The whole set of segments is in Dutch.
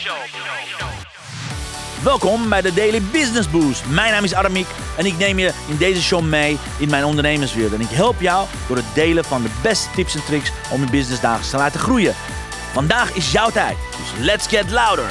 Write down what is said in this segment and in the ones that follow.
Welkom bij de Daily Business Boost. Mijn naam is Aramik en ik neem je in deze show mee in mijn ondernemerswereld. En ik help jou door het delen van de beste tips en tricks om je business dagelijks te laten groeien. Vandaag is jouw tijd, dus let's get louder.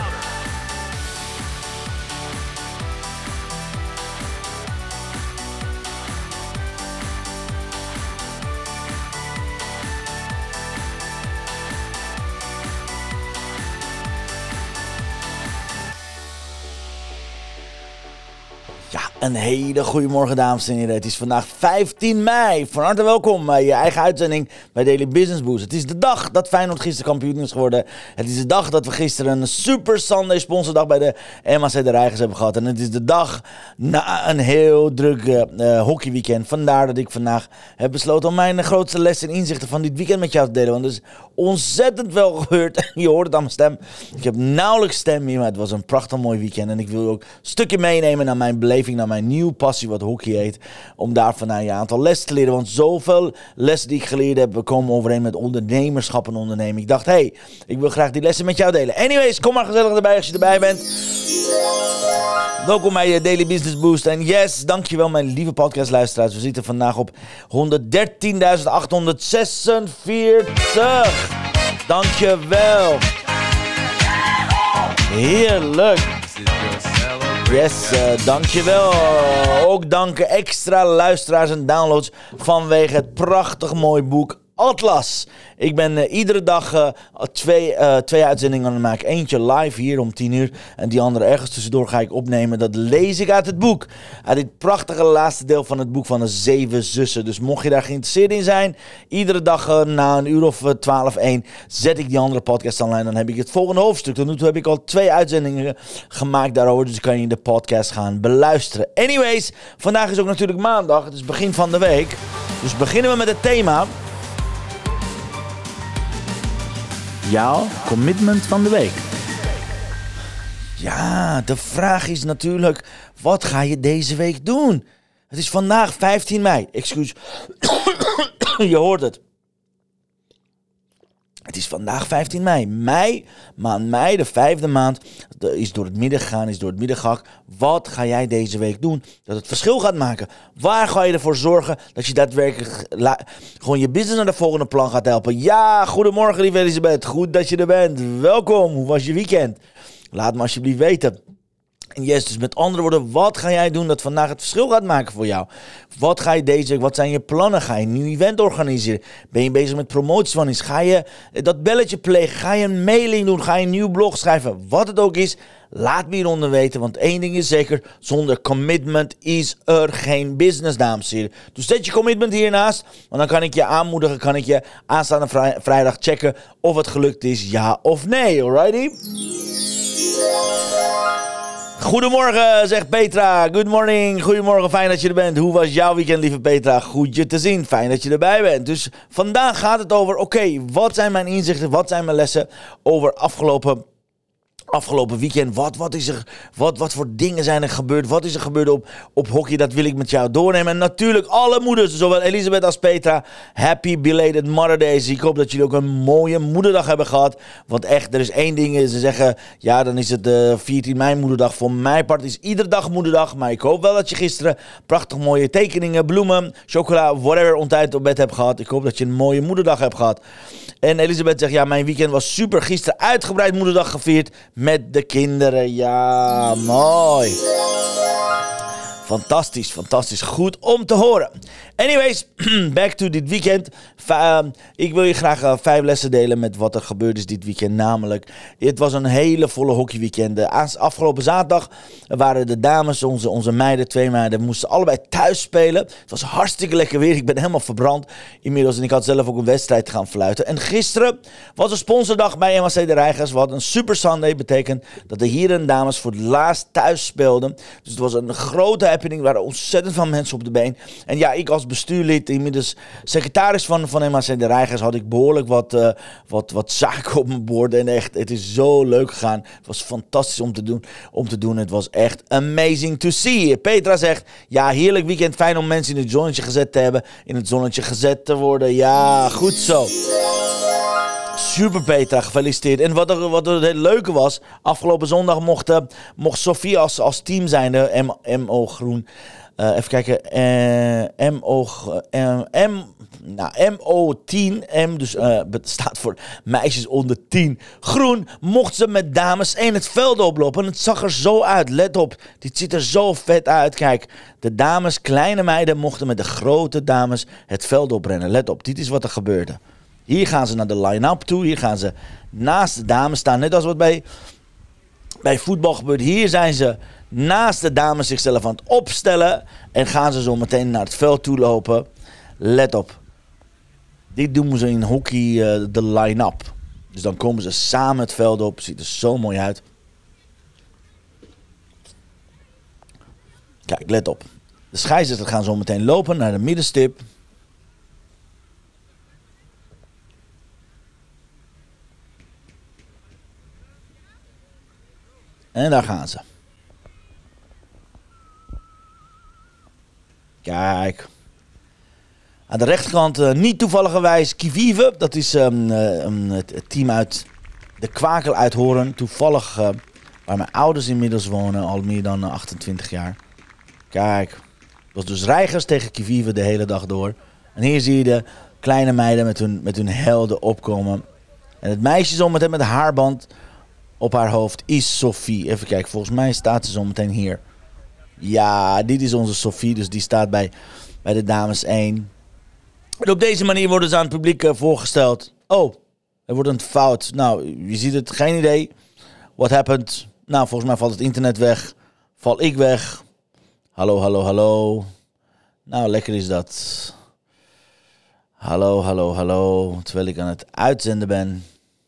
Ja, een hele goede morgen, dames en heren. Het is vandaag 15 mei. Van harte welkom bij je eigen uitzending bij Daily Business Boost. Het is de dag dat Feyenoord gisteren kampioen is geworden. Het is de dag dat we gisteren een Super Sunday sponsordag bij de MAC de Reigers hebben gehad. En het is de dag na een heel druk hockeyweekend. Vandaar dat ik vandaag heb besloten om mijn grootste lessen en inzichten van dit weekend met jou te delen. Want er is ontzettend wel gebeurd. Je hoort het aan mijn stem. Ik heb nauwelijks stem meer, maar het was een prachtig mooi weekend. En ik wil je ook een stukje meenemen naar mijn beleving, naar mijn nieuwe passie wat hockey heet. Om daarvan een aantal lessen te leren. Want zoveel lessen die ik geleerd heb, komen overeen met ondernemerschap en ondernemen. Ik dacht, ik wil graag die lessen met jou delen. Anyways, kom maar gezellig erbij als je erbij bent. Welkom bij je Daily Business Boost. En yes, dankjewel mijn lieve podcastluisteraars. We zitten vandaag op 113.846. Dankjewel. Heerlijk. Yes, dankjewel. Ook danken extra luisteraars en downloads vanwege het prachtig mooi boek Atlas. Ik ben iedere dag twee uitzendingen aan het maken. Eentje live hier om 10 uur. En die andere ergens tussendoor ga ik opnemen. Dat lees ik uit het boek. Uit dit prachtige laatste deel van het boek van de 7 zussen. Dus mocht je daar geïnteresseerd in zijn. Iedere dag na een uur of 12-1 zet ik die andere podcast online. Dan heb ik het volgende hoofdstuk. Tot nu toe heb ik al 2 uitzendingen gemaakt daarover. Dus kan je de podcast gaan beluisteren. Anyways, vandaag is ook natuurlijk maandag. Het is begin van de week. Dus beginnen we met het thema. Jouw commitment van de week. Ja, de vraag is natuurlijk, wat ga je deze week doen? Het is vandaag 15 mei. Excuus. Je hoort het. Het is vandaag 15 mei. Maand mei, de 5e maand, is door het midden gegaan, is door het midden gehakt. Wat ga jij deze week doen dat het verschil gaat maken? Waar ga je ervoor zorgen dat je daadwerkelijk gewoon je business naar de volgende plan gaat helpen? Ja, goedemorgen lieve Elisabeth. Goed dat je er bent. Welkom. Hoe was je weekend? Laat me alsjeblieft weten. En yes, dus met andere woorden, wat ga jij doen dat vandaag het verschil gaat maken voor jou? Wat ga je deze week, wat zijn je plannen? Ga je een nieuw event organiseren? Ben je bezig met promoties van iets? Ga je dat belletje plegen? Ga je een mailing doen? Ga je een nieuw blog schrijven? Wat het ook is, laat me hieronder weten. Want één ding is zeker, zonder commitment is er geen business, dames en heren. Dus zet je commitment hiernaast, want dan kan ik je aanmoedigen, kan ik je aanstaande vrijdag checken of het gelukt is, ja of nee. Alrighty? Goedemorgen, zegt Petra. Good morning. Goedemorgen, fijn dat je er bent. Hoe was jouw weekend, lieve Petra? Goed je te zien. Fijn dat je erbij bent. Dus vandaag gaat het over, wat zijn mijn inzichten? Wat zijn mijn lessen over afgelopen weekend? Wat voor dingen zijn er gebeurd? Wat is er gebeurd op hockey? Dat wil ik met jou doornemen. En natuurlijk alle moeders, zowel Elisabeth als Petra. Happy belated Mother Days. Ik hoop dat jullie ook een mooie moederdag hebben gehad. Want echt, er is één ding. Ze zeggen, ja, dan is het 14 mei moederdag. Voor mijn part is iedere dag moederdag. Maar ik hoop wel dat je gisteren prachtig mooie tekeningen, bloemen, chocola, whatever ontbijt op bed hebt gehad. Ik hoop dat je een mooie moederdag hebt gehad. En Elisabeth zegt, ja, mijn weekend was super. Gisteren uitgebreid moederdag gevierd met de kinderen. Ja, mooi. Fantastisch, fantastisch. Goed om te horen. Anyways, back to dit weekend. Ik wil je graag 5 lessen delen met wat er gebeurd is dit weekend. Namelijk, het was een hele volle hockeyweekend. Afgelopen zaterdag waren de dames, onze meiden, 2 meiden, moesten allebei thuis spelen. Het was hartstikke lekker weer. Ik ben helemaal verbrand inmiddels. En ik had zelf ook een wedstrijd gaan fluiten. En gisteren was een sponsordag bij MAC de Reigers. Wat een Super Sunday betekent dat de heren en dames voor het laatst thuis speelden. Dus het was een grote happening. Er waren ontzettend veel mensen op de been. En ja, ik als bestuurlid, inmiddels secretaris van MAC de Reigers, had ik behoorlijk wat zaken op mijn bord. En echt, het is zo leuk gegaan. Het was fantastisch om te doen. Het was echt amazing to see. Petra zegt, ja, heerlijk weekend. Fijn om mensen in het zonnetje gezet te hebben. In het zonnetje gezet te worden. Ja, goed zo. Super Petra, gefeliciteerd. En wat het hele leuke was, afgelopen zondag mocht Sofie als team zijnde, MO Groen, even kijken, MO10, M dus staat voor meisjes onder 10. Groen, mocht ze met dames 1 het veld oplopen. En het zag er zo uit, let op, dit ziet er zo vet uit. Kijk, de dames, kleine meiden, mochten met de grote dames het veld oprennen. Let op, dit is wat er gebeurde. Hier gaan ze naar de line-up toe. Hier gaan ze naast de dames staan. Net als wat bij voetbal gebeurt. Hier zijn ze naast de dames zichzelf aan het opstellen. En gaan ze zo meteen naar het veld toe lopen. Let op. Dit doen ze in hockey de line-up. Dus dan komen ze samen het veld op. Ziet er zo mooi uit. Kijk, let op. De scheidsrechters gaan zo meteen lopen naar de middenstip. En daar gaan ze. Kijk. Aan de rechterkant niet toevalligerwijs Kivive. Dat is het team uit de Kwakel uit Hoorn. Toevallig waar mijn ouders inmiddels wonen. Al meer dan 28 jaar. Kijk. Het was dus Reigers tegen Kivive de hele dag door. En hier zie je de kleine meiden met hun helden opkomen. En het meisje zometeen met een haarband op haar hoofd is Sophie. Even kijken, volgens mij staat ze zo meteen hier. Ja, dit is onze Sophie, dus die staat bij de dames 1. En op deze manier worden ze aan het publiek voorgesteld. Oh, er wordt een fout. Nou, je ziet het, geen idee. What happened? Nou, volgens mij valt het internet weg. Val ik weg. Hallo, hallo, hallo. Nou, lekker is dat. Hallo, hallo, hallo. Terwijl ik aan het uitzenden ben.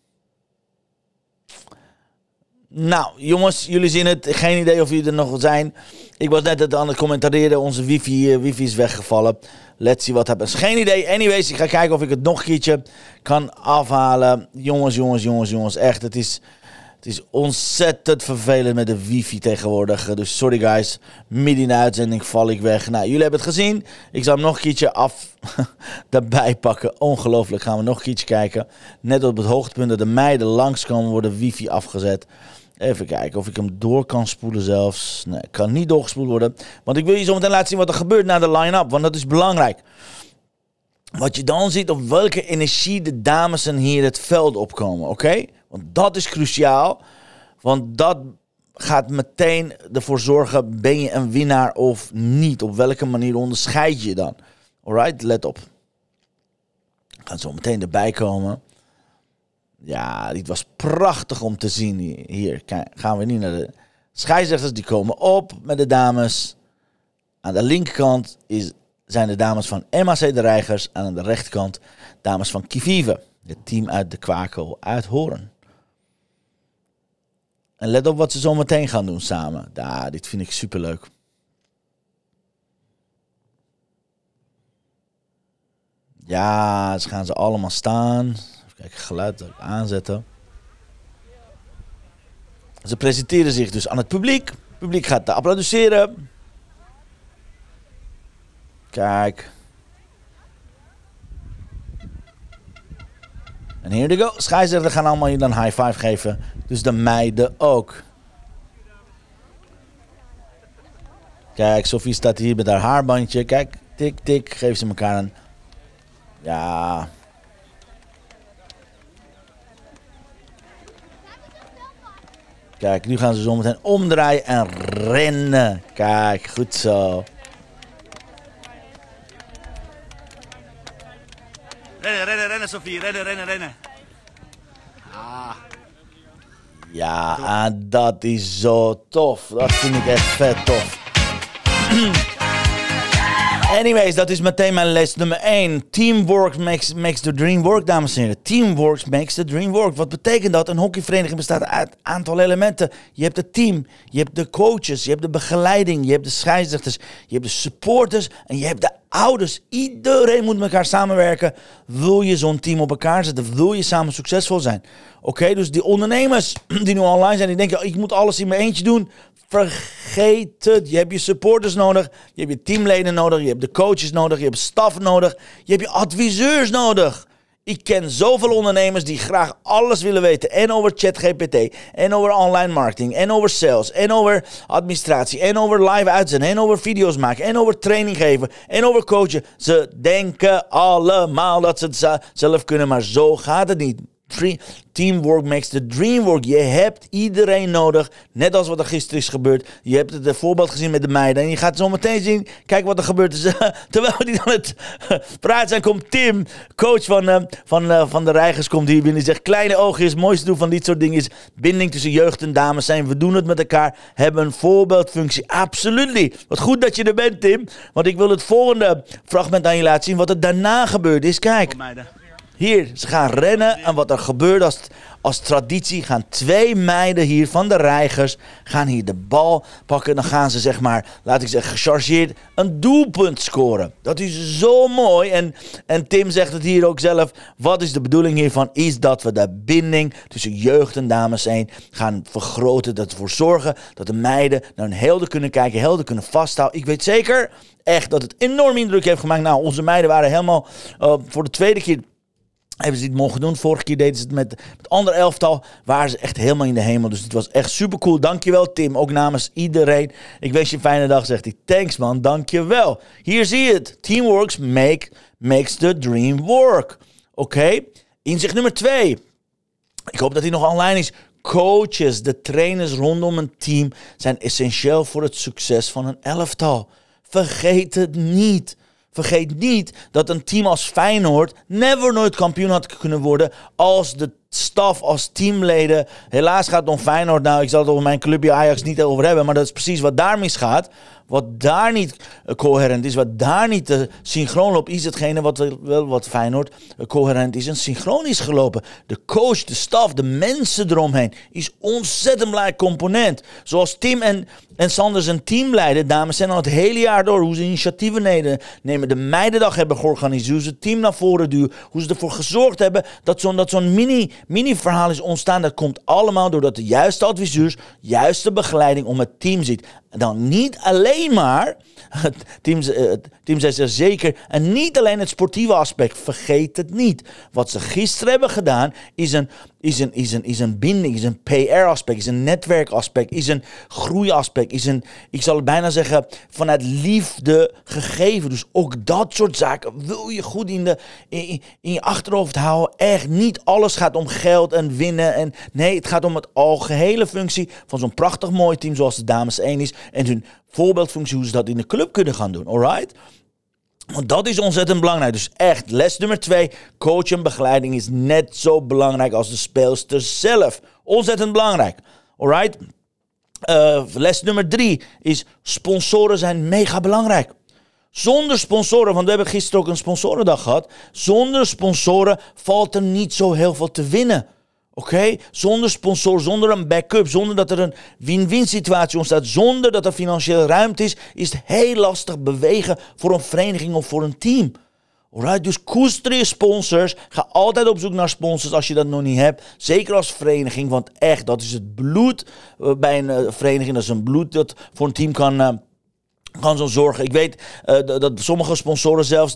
Nou, jongens, jullie zien het. Geen idee of jullie er nog zijn. Ik was net aan het commentariëren. Onze wifi is weggevallen. Let's see what happens. Geen idee. Anyways, ik ga kijken of ik het nog een keertje kan afhalen. Jongens. Echt, het is ontzettend vervelend met de wifi tegenwoordig. Dus sorry guys. Midden in de uitzending val ik weg. Nou, jullie hebben het gezien. Ik zal hem nog een keertje daarbij pakken. Ongelooflijk. Gaan we nog een keertje kijken. Net op het hoogtepunt dat de meiden langskomen, wordt de wifi afgezet. Even kijken of ik hem door kan spoelen zelfs. Nee, kan niet doorgespoeld worden. Want ik wil je zo meteen laten zien wat er gebeurt na de line-up. Want dat is belangrijk. Wat je dan ziet, op welke energie de dames en heren het veld opkomen. Oké? Want dat is cruciaal. Want dat gaat meteen ervoor zorgen, ben je een winnaar of niet? Op welke manier onderscheid je je dan? Alright, let op. Gaan zo meteen erbij komen. Ja, dit was prachtig om te zien. Hier gaan we niet naar de scheidsrechters. Die komen op met de dames. Aan de linkerkant zijn de dames van MAC de Reigers. En aan de rechterkant dames van Kivive. Het team uit de Kwakel uit Hoorn. En let op wat ze zo meteen gaan doen samen. Ja, dit vind ik superleuk. Ja, ze gaan ze allemaal staan. Even kijken, geluid aanzetten. Ze presenteren zich dus aan het publiek. Het publiek gaat applaudisseren. Kijk. En here they go. Scheidsrechters gaan allemaal je dan high five geven. Dus de meiden ook. Kijk, Sophie staat hier met haar haarbandje. Kijk, tik, tik. Geven ze elkaar een... Ja. Kijk, nu gaan ze zo meteen omdraaien en rennen. Kijk, goed zo. Rennen, Sophie. Rennen. Ja, dat is zo tof. Dat vind ik echt vet tof. Anyways, dat is meteen mijn les nummer 1. Teamwork makes the dream work, dames en heren. Teamwork makes the dream work. Wat betekent dat? Een hockeyvereniging bestaat uit een aantal elementen. Je hebt het team, je hebt de coaches, je hebt de begeleiding, je hebt de scheidsrechters, je hebt de supporters en je hebt de ouders. Iedereen moet met elkaar samenwerken. Wil je zo'n team op elkaar zetten? Wil je samen succesvol zijn? Oké, dus die ondernemers die nu online zijn, die denken, ik moet alles in mijn eentje doen. Vergeet het. Je hebt je supporters nodig. Je hebt je teamleden nodig. Je hebt de coaches nodig. Je hebt staf nodig. Je hebt je adviseurs nodig. Ik ken zoveel ondernemers die graag alles willen weten. En over ChatGPT, en over online marketing, en over sales, en over administratie, en over live uitzenden, en over video's maken, en over training geven, en over coachen. Ze denken allemaal dat ze het zelf kunnen, maar zo gaat het niet. Teamwork makes the dream work. Je hebt iedereen nodig. Net als wat er gisteren is gebeurd. Je hebt het voorbeeld gezien met de meiden. En je gaat zo meteen zien. Kijk wat er gebeurt is. Terwijl die dan het praat zijn, komt Tim, coach van de Reigers, komt hier binnen. Die zegt, kleine oogjes, het mooiste doel van dit soort dingen is binding tussen jeugd en dames zijn. We doen het met elkaar. Hebben een voorbeeldfunctie. Absoluut. Wat goed dat je er bent, Tim. Want ik wil het volgende fragment aan je laten zien. Wat er daarna gebeurd is. Kijk. Hier, ze gaan rennen en wat er gebeurt als traditie, gaan 2 meiden hier van de Reigers, gaan hier de bal pakken. Dan gaan ze zeg maar, laat ik zeggen, gechargeerd een doelpunt scoren. Dat is zo mooi. En Tim zegt het hier ook zelf. Wat is de bedoeling hiervan? Is dat we de binding tussen jeugd en dames heen gaan vergroten. Dat we ervoor zorgen dat de meiden naar hun helden kunnen kijken, helden kunnen vasthouden. Ik weet zeker echt dat het enorm indruk heeft gemaakt. Nou, onze meiden waren helemaal voor de tweede keer hebben ze dit mogen doen. Vorige keer deden ze het met ander elftal. Waren ze echt helemaal in de hemel. Dus het was echt super cool. Dankjewel Tim. Ook namens iedereen. Ik wens je een fijne dag, zegt hij. Thanks man, dankjewel. Hier zie je het. Teamwork makes the dream work. Oké. Inzicht nummer 2. Ik hoop dat hij nog online is. Coaches, de trainers rondom een team zijn essentieel voor het succes van een elftal. Vergeet het niet. Vergeet niet dat een team als Feyenoord nooit kampioen had kunnen worden als de staf, als teamleden. Helaas gaat het om Feyenoord. Nou, ik zal het over mijn clubje Ajax niet over hebben, maar dat is precies wat daar misgaat. Wat daar niet coherent is, wat daar niet synchroon loopt, is hetgene wat Feyenoord coherent is en synchroon is gelopen. De coach, de staf, de mensen eromheen is ontzettend belangrijk component. Zoals Tim en Sander zijn team leiden, dames, zijn al het hele jaar door hoe ze initiatieven nemen, de meidendag hebben georganiseerd, hoe ze het team naar voren duwen, hoe ze ervoor gezorgd hebben dat zo'n mini-verhaal is ontstaan. Dat komt allemaal doordat de juiste adviseurs, juiste begeleiding om het team ziet. En dan niet alleen maar, het team zegt ze zeker, en niet alleen het sportieve aspect, vergeet het niet. Wat ze gisteren hebben gedaan is een binding, is een PR-aspect, is een netwerkaspect, is een groeiaspect, ik zal het bijna zeggen, vanuit liefde gegeven. Dus ook dat soort zaken wil je goed in je achterhoofd houden. Echt, niet alles gaat om geld en winnen. Nee, het gaat om het algehele functie van zo'n prachtig mooi team zoals de dames 1 is. En hun voorbeeldfunctie, hoe ze dat in de club kunnen gaan doen. Alright? Want dat is ontzettend belangrijk. Dus echt, les nummer 2. Coach en begeleiding is net zo belangrijk als de speelster zelf. Ontzettend belangrijk. Alright? Les nummer 3 is sponsoren zijn mega belangrijk. Zonder sponsoren, want we hebben gisteren ook een sponsorendag gehad. Zonder sponsoren valt er niet zo heel veel te winnen. Oké? Zonder sponsor, zonder een backup, zonder dat er een win-win situatie ontstaat, zonder dat er financiële ruimte is het heel lastig bewegen voor een vereniging of voor een team. Alright, dus koester je sponsors. Ga altijd op zoek naar sponsors als je dat nog niet hebt. Zeker als vereniging, want echt, dat is het bloed bij een vereniging. Dat is een bloed dat voor een team kan zo zorgen. Ik weet dat sommige sponsoren zelfs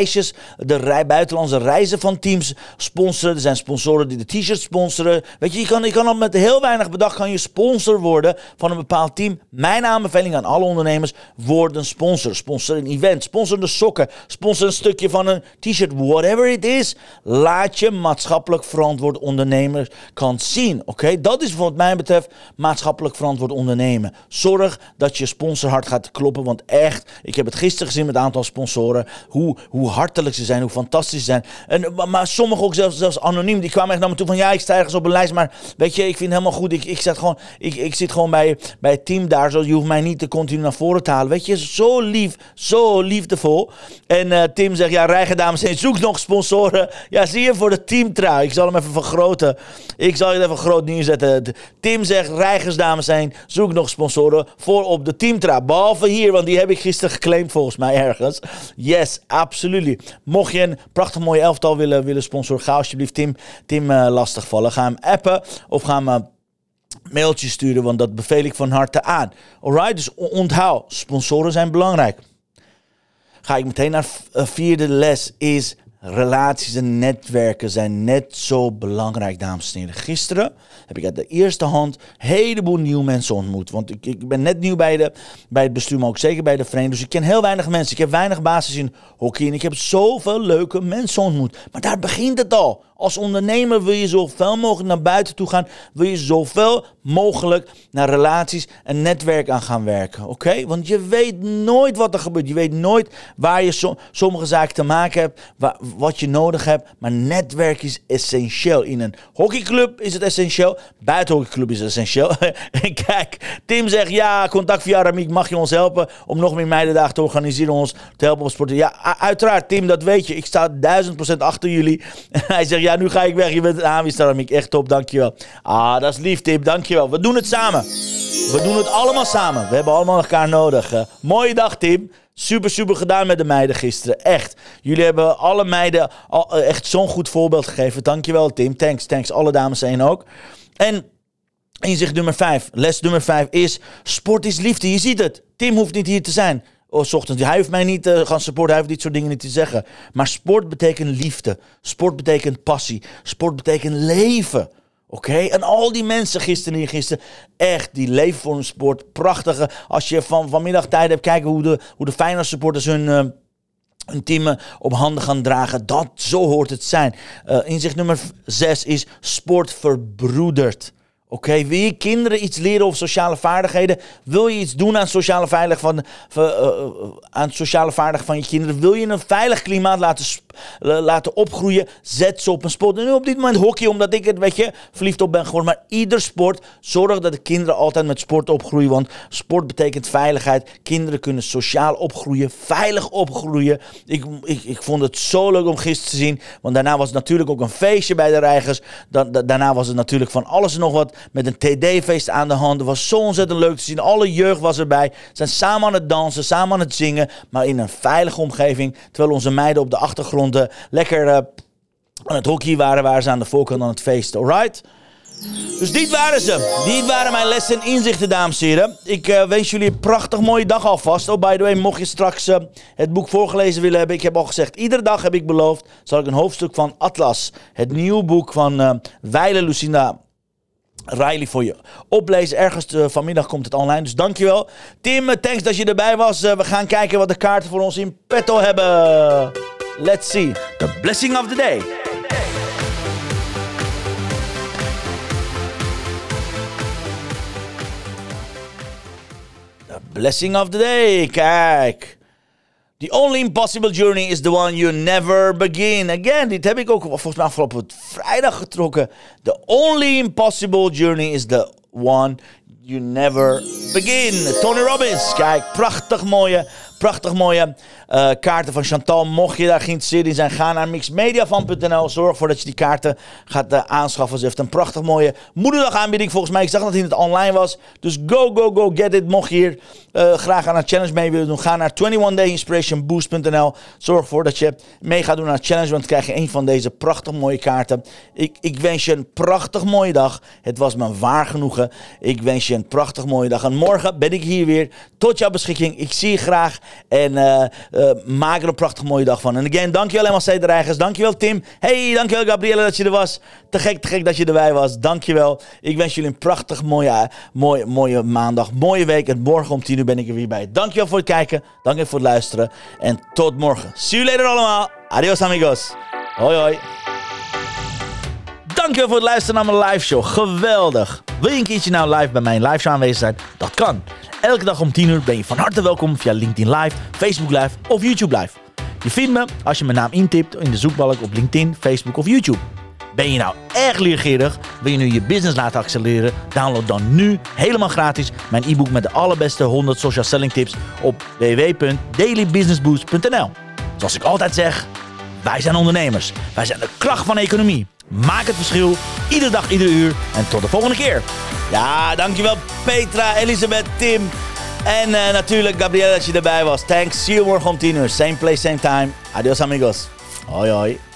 de buitenlandse reizen van teams sponsoren. Er zijn sponsoren die de t-shirts sponsoren. Weet je, je kan al met heel weinig bedrag kan je sponsor worden van een bepaald team. Mijn aanbeveling aan alle ondernemers, word een sponsor. Sponsor een event, sponsor de sokken, sponsor een stukje van een t-shirt. Whatever it is, laat je maatschappelijk verantwoord ondernemer kan zien. Oké? Dat is wat mij betreft maatschappelijk verantwoord ondernemen. Zorg dat je sponsor hard gaat kloppen. Want echt, ik heb het gisteren gezien met een aantal sponsoren. Hoe hartelijk ze zijn, hoe fantastisch ze zijn. Maar sommigen ook zelfs anoniem. Die kwamen echt naar me toe van ja, ik sta ergens op een lijst. Maar weet je, ik vind het helemaal goed. Ik zit gewoon bij het team daar. Zo, je hoeft mij niet te continu naar voren te halen. Weet je, zo lief, zo liefdevol. En Tim zegt, ja, Reiger dames en zoek nog sponsoren. Ja, zie je voor de teamtrui. Ik zal hem even vergroten. Ik zal je even groot neerzetten. Tim zegt, Reigers dames en zoek nog sponsoren voor op de teamtrui. Behalve hier, want die heb ik gisteren geclaimd volgens mij ergens. Yes, absoluut. Mocht je een prachtig mooi elftal willen sponsoren, ga alsjeblieft Tim lastigvallen. Ga hem appen of ga hem mailtje sturen, want dat beveel ik van harte aan. Alright, dus onthoud, sponsoren zijn belangrijk. Ga ik meteen naar vierde les, is Relaties en netwerken zijn net zo belangrijk, dames en heren. Gisteren heb ik uit de eerste hand een heleboel nieuwe mensen ontmoet. Want ik ben net nieuw bij het bestuur, maar ook zeker bij de vereniging. Dus ik ken heel weinig mensen. Ik heb weinig basis in hockey en ik heb zoveel leuke mensen ontmoet. Maar daar begint het al. Als ondernemer wil je zoveel mogelijk naar buiten toe gaan. Wil je zoveel mogelijk naar relaties en netwerk aan gaan werken. Oké? Want je weet nooit wat er gebeurt. Je weet nooit waar je sommige zaken te maken hebt. Wat je nodig hebt. Maar netwerk is essentieel. In een hockeyclub is het essentieel. Buiten hockeyclub is het essentieel. En kijk, Tim zegt ja, contact via Ramiek. Mag je ons helpen om nog meer meidendagen te organiseren? Ons te helpen op sporten? Ja, uiteraard Tim, dat weet je. Ik sta 1000% achter jullie. En hij zegt ja, nu ga ik weg. Je bent een aanwinst, Ramiek. Echt top, dankjewel. Ah, dat is lief, Tim. Dankjewel. We doen het samen. We doen het allemaal samen. We hebben allemaal elkaar nodig. Mooie dag, Tim. Super gedaan met de meiden gisteren. Echt. Jullie hebben alle meiden echt zo'n goed voorbeeld gegeven. Dankjewel, Tim. Thanks. Alle dames zijn ook. En inzicht nummer 5. Les nummer 5 is sport is liefde. Je ziet het. Tim hoeft niet hier te zijn. S ochtends. Hij hoeft mij niet gaan supporten. Hij hoeft dit soort dingen niet te zeggen. Maar sport betekent liefde. Sport betekent passie. Sport betekent leven. Oké? En al die mensen gisteren, echt, die leven voor een sport. Prachtige. Als je vanmiddag tijd hebt, kijken hoe de Feyenoord supporters hun team op handen gaan dragen. Zo hoort het zijn. Inzicht nummer 6 is sport verbroedert. Oké, wil je kinderen iets leren over sociale vaardigheden? Wil je iets doen aan sociale vaardigheden van je kinderen? Wil je een veilig klimaat laten opgroeien? Zet ze op een sport. En nu op dit moment hockey, omdat ik verliefd op ben geworden. Maar ieder sport, zorg dat de kinderen altijd met sport opgroeien. Want sport betekent veiligheid. Kinderen kunnen sociaal opgroeien, veilig opgroeien. Ik vond het zo leuk om gisteren te zien. Want daarna was het natuurlijk ook een feestje bij de Reigers. Daarna was het natuurlijk van alles en nog wat. Met een TD-feest aan de hand. Het was zo ontzettend leuk te zien. Alle jeugd was erbij. Ze zijn samen aan het dansen, samen aan het zingen. Maar in een veilige omgeving. Terwijl onze meiden op de achtergrond lekker aan het hockey waren. Waren ze aan de voorkant aan het feesten. Alright? Dus dit waren ze. Dit waren mijn lessen en inzichten, dames en heren. Ik wens jullie een prachtig mooie dag alvast. Oh, by the way, mocht je straks het boek voorgelezen willen hebben. Ik heb al gezegd, iedere dag heb ik beloofd. Zal ik een hoofdstuk van Atlas. Het nieuwe boek van Weile Lucinda Riley voor je oplezen. Ergens vanmiddag komt het online. Dus dankjewel. Tim, thanks dat je erbij was. We gaan kijken wat de kaarten voor ons in petto hebben. Let's see. The blessing of the day. The blessing of the day. Kijk. The only impossible journey is the one you never begin. Again, dit heb ik ook volgens mij afgelopen vrijdag getrokken. The only impossible journey is the one you never begin. Tony Robbins. Kijk, prachtig mooie kaarten van Chantal. Mocht je daar geïnteresseerd in zijn, ga naar mixmediafan.nl. Zorg ervoor dat je die kaarten gaat aanschaffen. Ze heeft een prachtig mooie moederdag aanbieding volgens mij. Ik zag dat het online was. Dus go, get it. Mocht je hier graag aan een challenge mee willen doen, ga naar 21dayinspirationboost.nl. Zorg ervoor dat je mee gaat doen aan een challenge, want dan krijg je een van deze prachtig mooie kaarten. Ik wens je een prachtig mooie dag. Het was me waar genoegen. Ik wens je een prachtig mooie dag. En morgen ben ik hier weer tot jouw beschikking. Ik zie je graag. En maak er een prachtig mooie dag van. En again, dankjewel Marcel de Reigers. Dankjewel Tim. Hey, dankjewel Gabrielle dat je er was. Te gek dat je erbij was. Dankjewel. Ik wens jullie een prachtig mooie maandag. Mooie week. En morgen om 10:00 ben ik er weer bij. Dankjewel voor het kijken. Dankjewel voor het luisteren. En tot morgen. See you later allemaal. Adios amigos. Hoi. Dankjewel voor het luisteren naar mijn live show. Geweldig. Wil je een keertje nou live bij mijn live show aanwezig zijn? Dat kan. Elke dag om 10:00 ben je van harte welkom via LinkedIn Live, Facebook Live of YouTube Live. Je vindt me als je mijn naam intipt in de zoekbalk op LinkedIn, Facebook of YouTube. Ben je nou erg leergierig? Wil je nu je business laten accelereren? Download dan nu helemaal gratis mijn e-book met de allerbeste 100 social selling tips op www.dailybusinessboost.nl. Zoals ik altijd zeg, wij zijn ondernemers. Wij zijn de kracht van de economie. Maak het verschil, iedere dag, ieder uur. En tot de volgende keer. Ja, dankjewel Petra, Elisabeth, Tim. En natuurlijk Gabrielle dat je erbij was. Thanks, see you morgen om 10:00. Same place, same time. Adios amigos. Hoi.